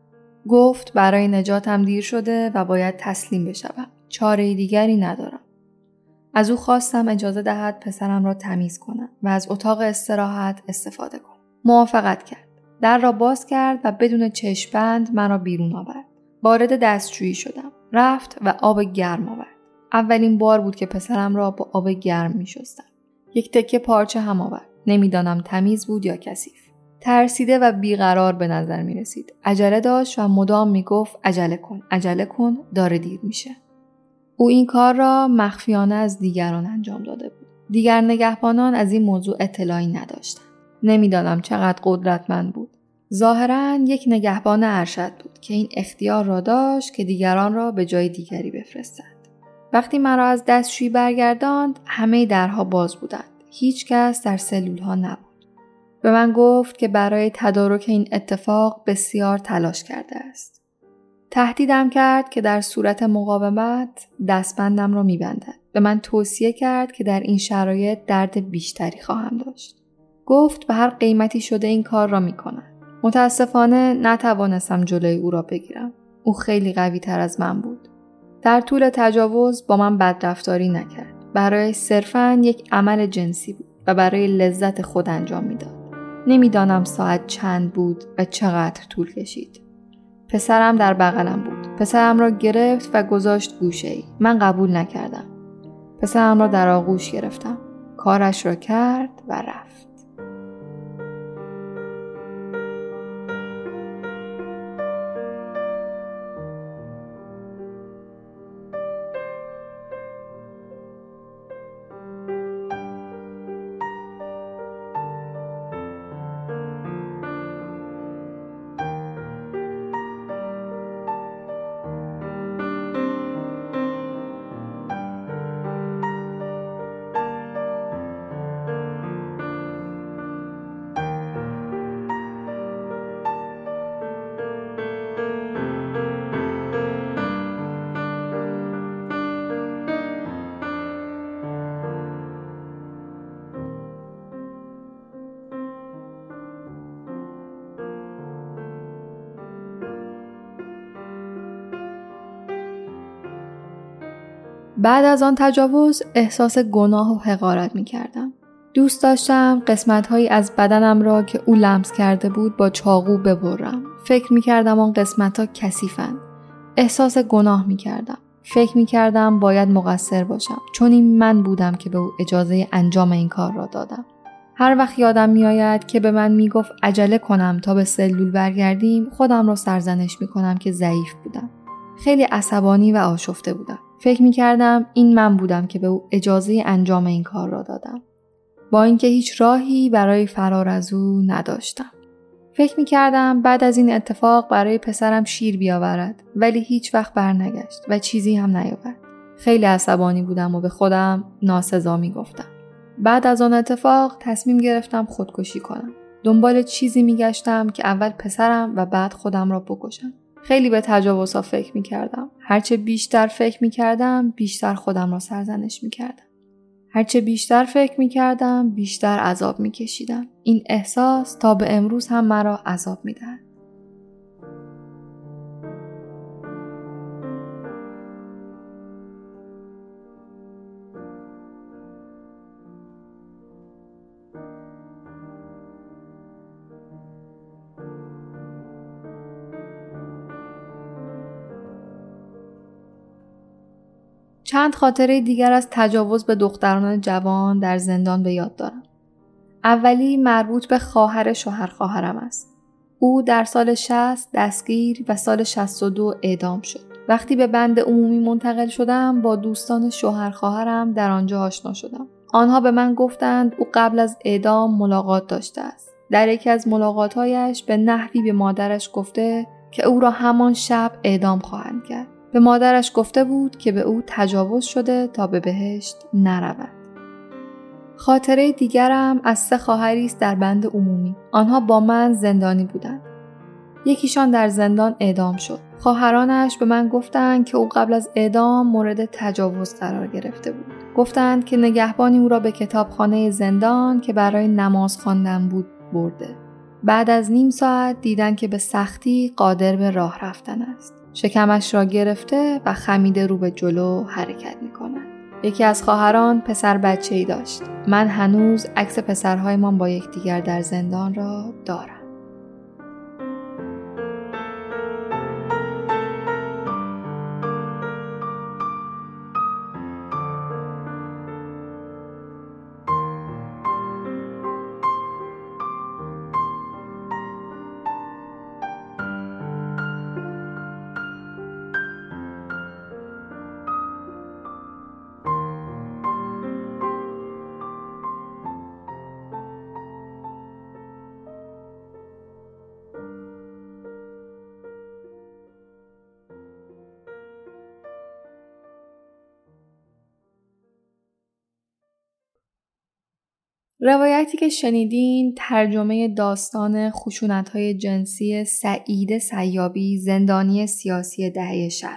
گفت برای نجاتم دیر شده و باید تسلیم بشوم. چاره دیگری ندارم. از او خواستم اجازه دهد پسرم را تمیز کنم و از اتاق استراحت استفاده کنم. موافقت کرد. در را باز کرد و بدون چشم‌بند مرا بیرون آورد. وارد دستشویی شدم. رفت و آب گرم آورد. اولین بار بود که پسرم را با آب گرم می شستم. یک تکه پارچه هم آورد. نمیدانم تمیز بود یا کثیف. ترسیده و بیقرار به نظر می رسید. عجله داشت و مدام می گفت عجله کن داره دیر میشه. او این کار را مخفیانه از دیگران انجام داده بود. دیگر نگهبانان از این موضوع اطلاعی نداشتند. نمیدانم چقدر قدرتمند بود. ظاهراً یک نگهبان ارشد بود که این اختیار را داشت که دیگران را به جای دیگری بفرستد. وقتی مرا از دستشویی برگرداند، همه درها باز بودند. هیچ کس در سلولها نبود. به من گفت که برای تدارک این اتفاق بسیار تلاش کرده است. تهدیدم کرد که در صورت مقاومت دستبندم را می‌بندد. به من توصیه کرد که در این شرایط درد بیشتری خواهم داشت. گفت به هر قیمتی شده این کار را می‌کند. متاسفانه نتوانستم جلوی او را بگیرم. او خیلی قوی تر از من بود. در طول تجاوز با من بدرفتاری نکرد. برای صرفاً یک عمل جنسی بود و برای لذت خود انجام میداد. نمیدانم ساعت چند بود و چقدر طول کشید. پسرم در بغلم بود. پسرم را گرفت و گذاشت گوشه‌ای. من قبول نکردم. پسرم را در آغوش گرفتم. کارش را کرد و رفت. بعد از آن تجاوز احساس گناه و حقارت می کردم. دوست داشتم قسمت‌هایی از بدنم را که او لمس کرده بود با چاقو ببرم. فکر می کردم آن قسمت‌ها کثیفند. احساس گناه می کردم. فکر می کردم باید مقصر باشم چون این من بودم که به او اجازه انجام این کار را دادم. هر وقت یادم می آید که به من می گفت عجله کنم تا به سلول برگردیم خودم را سرزنش می کنم که ضعیف بودم. خیلی عصبانی و آشفته بودم. فکر می کردم این من بودم که به او اجازه انجام این کار را دادم. با اینکه هیچ راهی برای فرار از او نداشتم. فکر می کردم بعد از این اتفاق برای پسرم شیر بیاورد ولی هیچ وقت برنگشت و چیزی هم نیاورد. خیلی عصبانی بودم و به خودم ناسزا می گفتم. بعد از آن اتفاق تصمیم گرفتم خودکشی کنم. دنبال چیزی می گشتم که اول پسرم و بعد خودم را بکشم. خیلی به تجاوزها فکر می کردم. هرچه بیشتر فکر می کردم بیشتر خودم را سرزنش می کردم. هرچه بیشتر فکر می کردم بیشتر عذاب می کشیدم. این احساس تا به امروز هم مرا عذاب می دهد. چند خاطره دیگر از تجاوز به دختران جوان در زندان به یاد دارم. اولی مربوط به خواهر شوهر خواهرم است. او در سال 60 دستگیر و سال 62 اعدام شد. وقتی به بند عمومی منتقل شدم با دوستان شوهر خواهرم در آنجا آشنا شدم. آنها به من گفتند او قبل از اعدام ملاقات داشته است. در یکی از ملاقات‌هایش به نحوی به مادرش گفته که او را همان شب اعدام خواهند کرد. به مادرش گفته بود که به او تجاوز شده تا به بهشت نرود. خاطره دیگرم از 3 خواهری است در بند عمومی. آنها با من زندانی بودند. یکیشان در زندان اعدام شد. خواهرانش به من گفتند که او قبل از اعدام مورد تجاوز قرار گرفته بود. گفتند که نگهبانی او را به کتابخانه زندان که برای نماز خواندن بود برده. بعد از نیم ساعت دیدن که به سختی قادر به راه رفتن است. شکمش را گرفته و خمیده رو به جلو حرکت می‌کند. یکی از خواهران پسر بچه‌ای داشت. من هنوز عکس پسرهایمان با یکدیگر در زندان را دارم. روایتی که شنیدین ترجمه داستان خشونت‌های جنسی سعید سیابی، زندانی سیاسی دهه 60.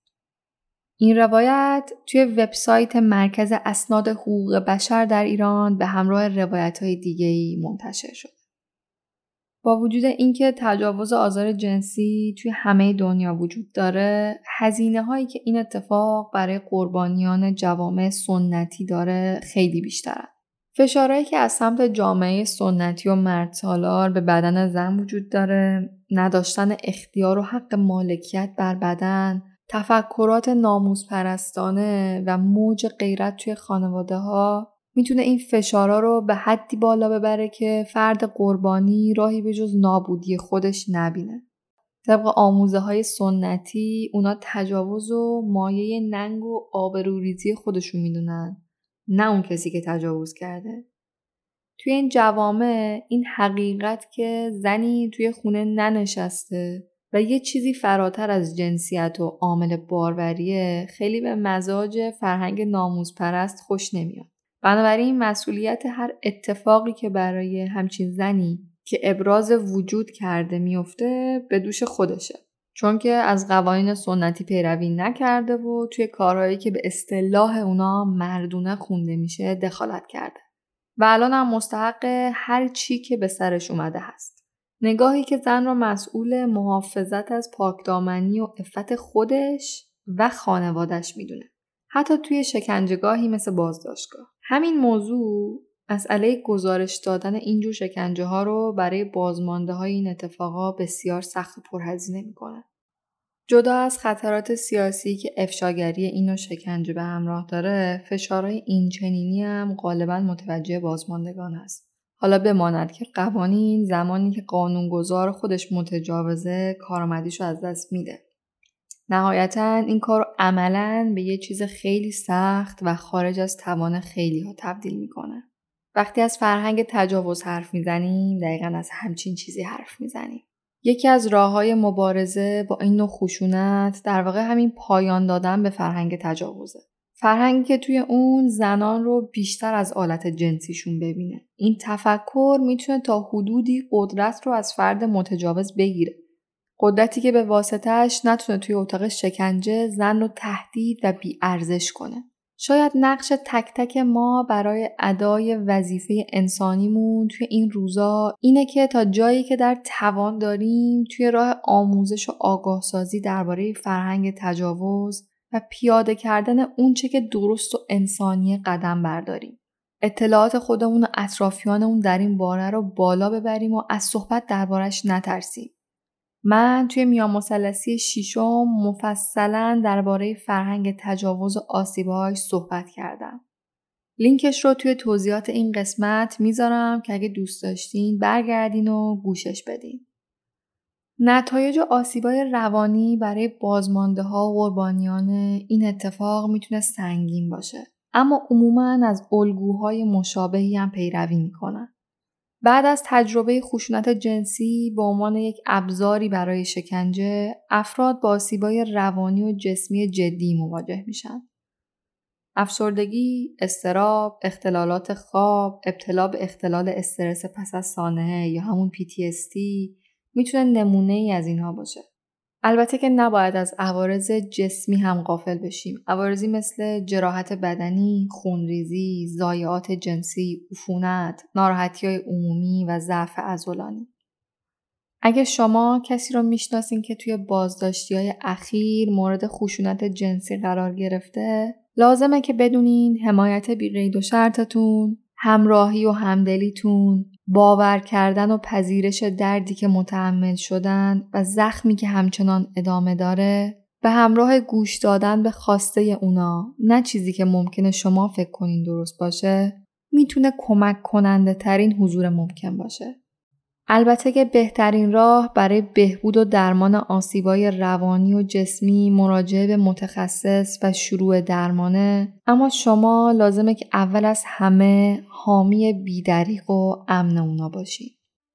این روایت توی وبسایت مرکز اسناد حقوق بشر در ایران به همراه روایت‌های دیگه‌ای منتشر شد. با وجود اینکه تجاوز و آزار جنسی توی همه دنیا وجود داره، هزینه‌هایی که این اتفاق برای قربانیان جوامع سنتی داره خیلی بیشتره. فشارهایی که از سمت جامعه سنتی و مردسالار به بدن زن وجود داره، نداشتن اختیار و حق مالکیت بر بدن، تفکرات ناموس پرستانه و موج غیرت توی خانواده ها میتونه این فشارها رو به حدی بالا ببره که فرد قربانی راهی به جز نابودی خودش نبینه. طبق آموزه های سنتی اونا تجاوز و مایه ننگ و آبروریزی خودشون میدونن، نه اون کسی که تجاوز کرده. توی این جوامع این حقیقت که زنی توی خونه ننشسته و یه چیزی فراتر از جنسیت و عامل باروریه خیلی به مزاج فرهنگ ناموس پرست خوش نمیاد. بنابراین مسئولیت هر اتفاقی که برای همچین زنی که ابراز وجود کرده میفته به دوش خودشه. چون که از قوانین سنتی پیروی نکرده و توی کارهایی که به اصطلاح اونا مردونه خونده میشه دخالت کرده. و الان هم مستحق هر چی که به سرش اومده هست. نگاهی که زن را مسئول محافظت از پاکدامنی و عفت خودش و خانوادش میدونه. حتی توی شکنجهگاهی مثل بازداشتگاه. همین موضوع مسئله گزارش دادن اینجور شکنجه ها رو برای بازمانده های این اتفاقا بسیار سخت و پرهزینه میکنه. جدا از خطرات سیاسی که افشاگری این نوع شکنجه به همراه داره، فشارهای این چنینی هم غالباً متوجه بازماندگان است. حالا بماند که قوانین زمانی که قانونگذار خودش متجاوزه کارآمدیشو از دست میده. نهایتاً این کار عملاً به یه چیز خیلی سخت و خارج از توان خیلی‌ها تبدیل میکنه. وقتی از فرهنگ تجاوز حرف میزنیم دقیقاً از همچین چیزی حرف میزنیم. یکی از راه‌های مبارزه با این نوع خشونت در واقع همین پایان دادن به فرهنگ تجاوزه. فرهنگی که توی اون زنان رو بیشتر از آلت جنسیشون ببینه. این تفکر میتونه تا حدودی قدرت رو از فرد متجاوز بگیره. قدرتی که به واسطه‌اش نتونه توی اتاق شکنجه زن رو تهدید و بی‌ارزش کنه. شاید نقش تک تک ما برای ادای وظیفه انسانیمون توی این روزا اینه که تا جایی که در توان داریم توی راه آموزش و آگاه سازی درباره فرهنگ تجاوز و پیاده کردن اون چه که درست و انسانی قدم برداریم. اطلاعات خودمون و اطرافیانمون در این باره رو بالا ببریم و از صحبت دربارش نترسیم. من توی میان مثلثی 6 مفصلاً درباره فرهنگ تجاوز و آسیب‌هاش صحبت کردم. لینکش رو توی توضیحات این قسمت میذارم که اگه دوست داشتین برگردین و گوشش بدین. نتایج آسیبای روانی برای بازمانده‌ها و قربانیان این اتفاق میتونه سنگین باشه، اما عموماً از الگوهای مشابهی هم پیروی میکنن. بعد از تجربه خشونت جنسی به عنوان یک ابزاری برای شکنجه، افراد با آسیبای روانی و جسمی جدی مواجه میشن. افسردگی، اضطراب، اختلالات خواب، ابتلا به اختلال استرس پس از سانحه یا همون PTSD میتونه نمونه ای از اینها باشه. البته که نباید از عوارض جسمی هم غافل بشیم. عوارضی مثل جراحت بدنی، خونریزی، ضایعات جنسی، عفونت، ناراحتی‌های عمومی و ضعف عضلانی. اگه شما کسی رو میشناسین که توی بازداشتی‌های اخیر مورد خشونت جنسی قرار گرفته، لازمه که بدونین حمایت بی قید و شرطتون، همراهی و همدلیتون، باور کردن و پذیرش دردی که متحمل شدن و زخمی که همچنان ادامه داره، به همراه گوش دادن به خواسته اونا، نه چیزی که ممکنه شما فکر کنین درست باشه، میتونه کمک کننده ترین حضور ممکن باشه. البته که بهترین راه برای بهبود و درمان آسیبای روانی و جسمی مراجعه به متخصص و شروع درمانه، اما شما لازمه که اول از همه حامی بی‌دریغ و امن اونا باشین.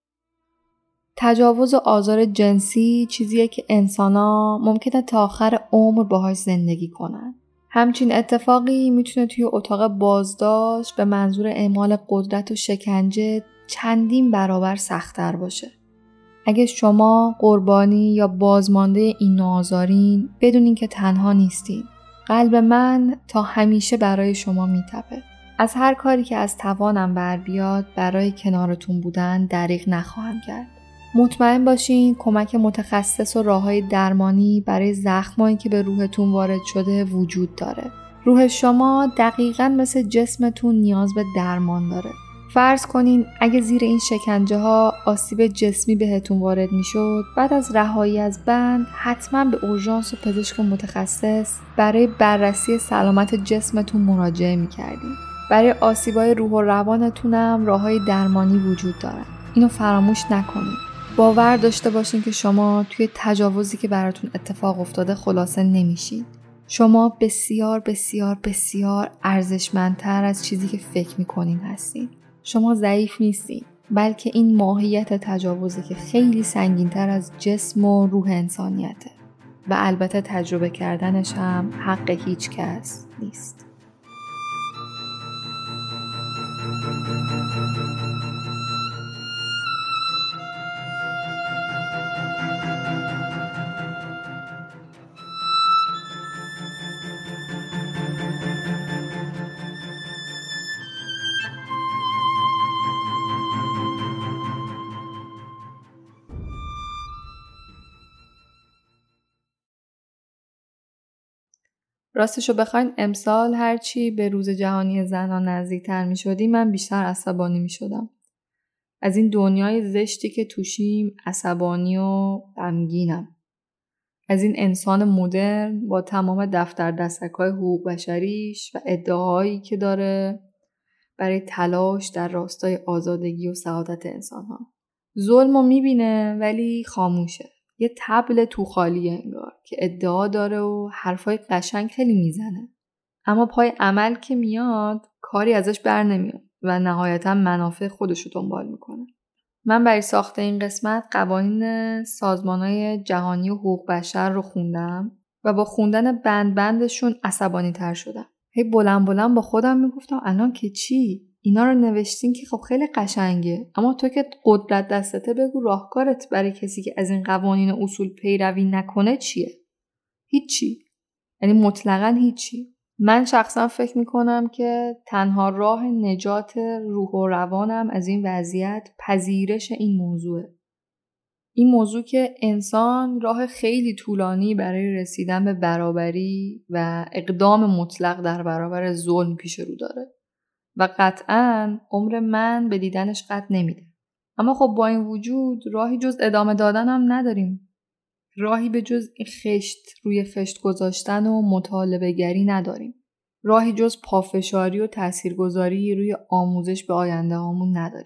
تجاوز و آزار جنسی چیزیه که انسانا ممکنه تا آخر عمر باهاش زندگی کنن. همچین اتفاقی میتونه توی اتاق بازداشت به منظور اعمال قدرت و شکنجه چندین برابر سخت‌تر باشه. اگه شما قربانی یا بازمانده این نوع آزارین، بدونین که تنها نیستین. قلب من تا همیشه برای شما میتپه. از هر کاری که از توانم بر بیاد برای کنارتون بودن دریغ نخواهم کرد. مطمئن باشین کمک متخصص و راههای درمانی برای زخمایی که به روحتون وارد شده وجود داره. روح شما دقیقاً مثل جسمتون نیاز به درمان داره. فرض کنین اگه زیر این شکنجه ها آسیب جسمی بهتون وارد می شد، بعد از رهایی از بند حتما به اورژانس و پزشک متخصص برای بررسی سلامت جسمتون مراجعه می کردین. برای آسیبای روح و روانتونم راههای درمانی وجود دارن. اینو فراموش نکنین. باور داشته باشین که شما توی تجاوزی که براتون اتفاق افتاده خلاصه نمیشین. شما بسیار بسیار بسیار ارزشمندتر از چیزی که فکر میکنین هستین. شما ضعیف نیستین، بلکه این ماهیت تجاوزی که خیلی سنگین‌تر از جسم و روح انسانیته و البته تجربه کردنش هم حق هیچ کس نیست. راستشو بخواین امسال هرچی به روز جهانی زنان نزدیکتر می شدیم من بیشتر عصبانی می شدم. از این دنیای زشتی که توشیم عصبانی و غمگینم. از این انسان مدرن با تمام دفتر دستک‌های حقوق بشریش و ادعاهایی که داره برای تلاش در راستای آزادگی و سعادت انسان‌ها. ظلمو میبینه ولی خاموشه. یه طبل تو خالیه انگار که ادعا داره و حرفای قشنگ خیلی میزنه. اما پای عمل که میاد کاری ازش بر نمیاد و نهایتا منافع خودشو دنبال میکنه. من برای ساخت این قسمت قوانین سازمان‌های جهانی و حقوق بشر رو خوندم و با خوندن بندشون عصبانی تر شدم. هی بلند بلند با خودم میگفتم الان که چی؟ اینا رو نوشتین که خب خیلی قشنگه، اما تو که قدرت دستته بگو راهکارت برای کسی که از این قوانین اصول پیروی نکنه چیه؟ هیچی. یعنی مطلقاً هیچی. من شخصا فکر میکنم که تنها راه نجات روح و روانم از این وضعیت پذیرش این موضوعه. این موضوع که انسان راه خیلی طولانی برای رسیدن به برابری و اقدام مطلق در برابر ظلم پیش رو داره و قطعاً عمر من به دیدنش قد نمیده. اما خب با این وجود راهی جز ادامه دادن هم نداریم. راهی به جز خشت روی خشت گذاشتن و مطالبه گری نداریم. راهی جز پافشاری و تاثیرگذاری روی آموزش به آینده هامون نداریم.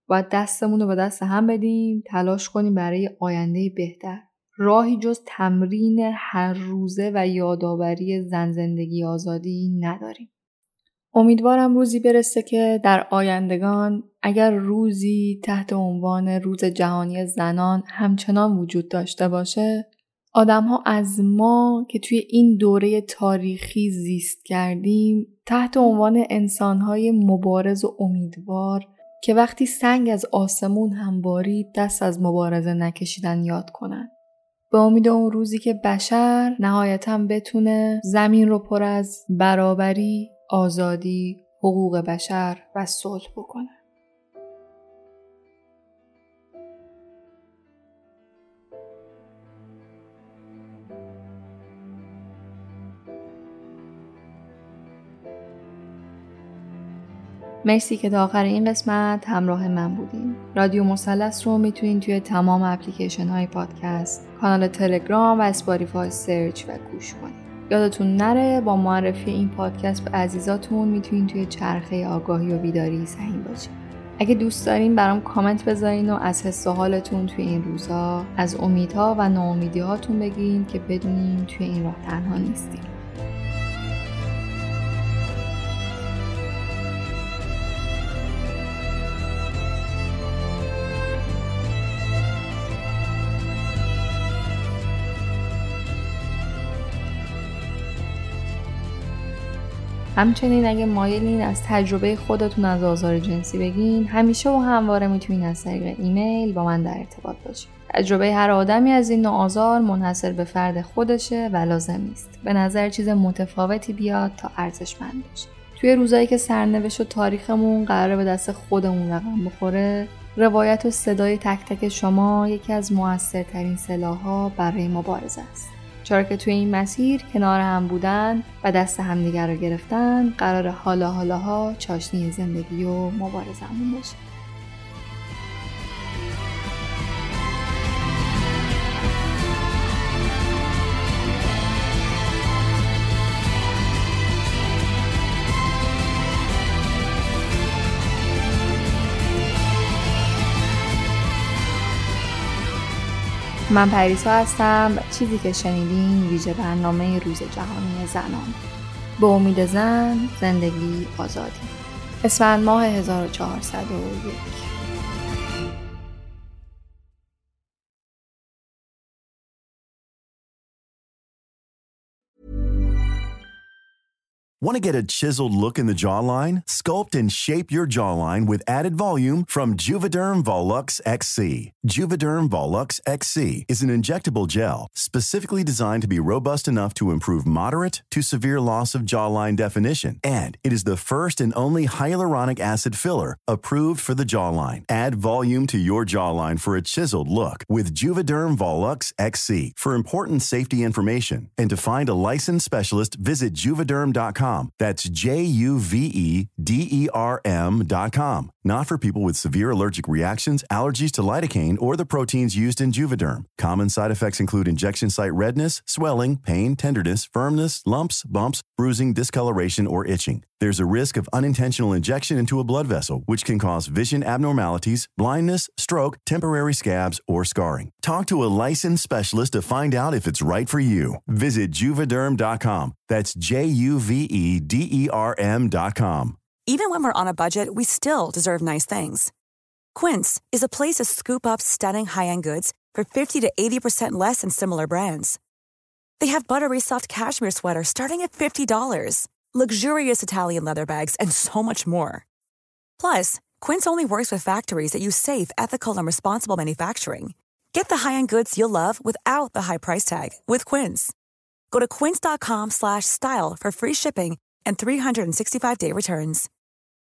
باید دستمون رو به دست هم بدیم، تلاش کنیم برای آینده بهتر. راهی جز تمرین هر روزه و یادآوری زن زندگی آزادی نداریم. امیدوارم روزی برسه که در آیندگان اگر روزی تحت عنوان روز جهانی زنان همچنان وجود داشته باشه، آدم‌ها از ما که توی این دوره تاریخی زیست کردیم تحت عنوان انسان‌های مبارز و امیدوار که وقتی سنگ از آسمون هم بارید دست از مبارزه نکشیدن یاد کنن. به امید اون روزی که بشر نهایتاً بتونه زمین رو پر از برابری، آزادی، حقوق بشر و صلح بکنه. مرسی که تا آخر این قسمت همراه من بودین. رادیو مثلث رو میتونین توی تمام اپلیکیشن های پادکست، کانال تلگرام و اسپاتیفای سرچ و گوش کنید. یادتون نره با معرفی این پادکست به عزیزاتون میتونین توی چرخه آگاهی و بیداری سهیم باشین. اگه دوست دارین برام کامنت بذارین و از حس و حالتون توی این روزا، از امیدها و ناامیدی‌هاتون بگین که بدونین توی این راه تنها نیستین. همچنین اگه مایلین از تجربه خودتون از آزار جنسی بگین، همیشه و همواره میتونین از طریق ایمیل با من در ارتباط باشین. تجربه هر آدمی از این نوع آزار منحصر به فرد خودشه و لازم نیست به نظر چیز متفاوتی بیاد تا ارزشمند باشه. توی روزایی که سرنوشت و تاریخمون قراره به دست خودمون رقم بخوره، روایت و صدای تک تک شما یکی از موثرترین سلاح‌ها برای مبارزه است. چرا که توی این مسیر کنار هم بودن و دست همدیگر رو گرفتن قرار حالاها چاشنی زندگی و مبارزه‌مون باشه. من پریسا هستم و چیزی که شنیدین ویژه برنامه روز جهانی زنان. به امید زن، زندگی، آزادی. اسفند ماه 1401. Want to get a chiseled look in the jawline? Sculpt and shape your jawline with added volume from Juvederm Volux XC. Juvederm Volux XC is an injectable gel specifically designed to be robust enough to improve moderate to severe loss of jawline definition. And it is the first and only hyaluronic acid filler approved for the jawline. Add volume to your jawline for a chiseled look with Juvederm Volux XC. For important safety information and to find a licensed specialist, visit Juvederm.com. That's Juvederm.com. Not for people with severe allergic reactions, allergies to lidocaine, or the proteins used in Juvederm. Common side effects include injection site redness, swelling, pain, tenderness, firmness, lumps, bumps, bruising, discoloration, or itching. There's a risk of unintentional injection into a blood vessel, which can cause vision abnormalities, blindness, stroke, temporary scabs, or scarring. Talk to a licensed specialist to find out if it's right for you. Visit Juvederm.com. That's Juvederm.com. Even when we're on a budget, we still deserve nice things. Quince is a place to scoop up stunning high-end goods for 50 to 80% less than similar brands. They have buttery soft cashmere sweaters starting at $50, luxurious Italian leather bags, and so much more. Plus, Quince only works with factories that use safe, ethical, and responsible manufacturing. Get the high-end goods you'll love without the high price tag with Quince. Go to quince.com/style for free shipping and 365-day returns.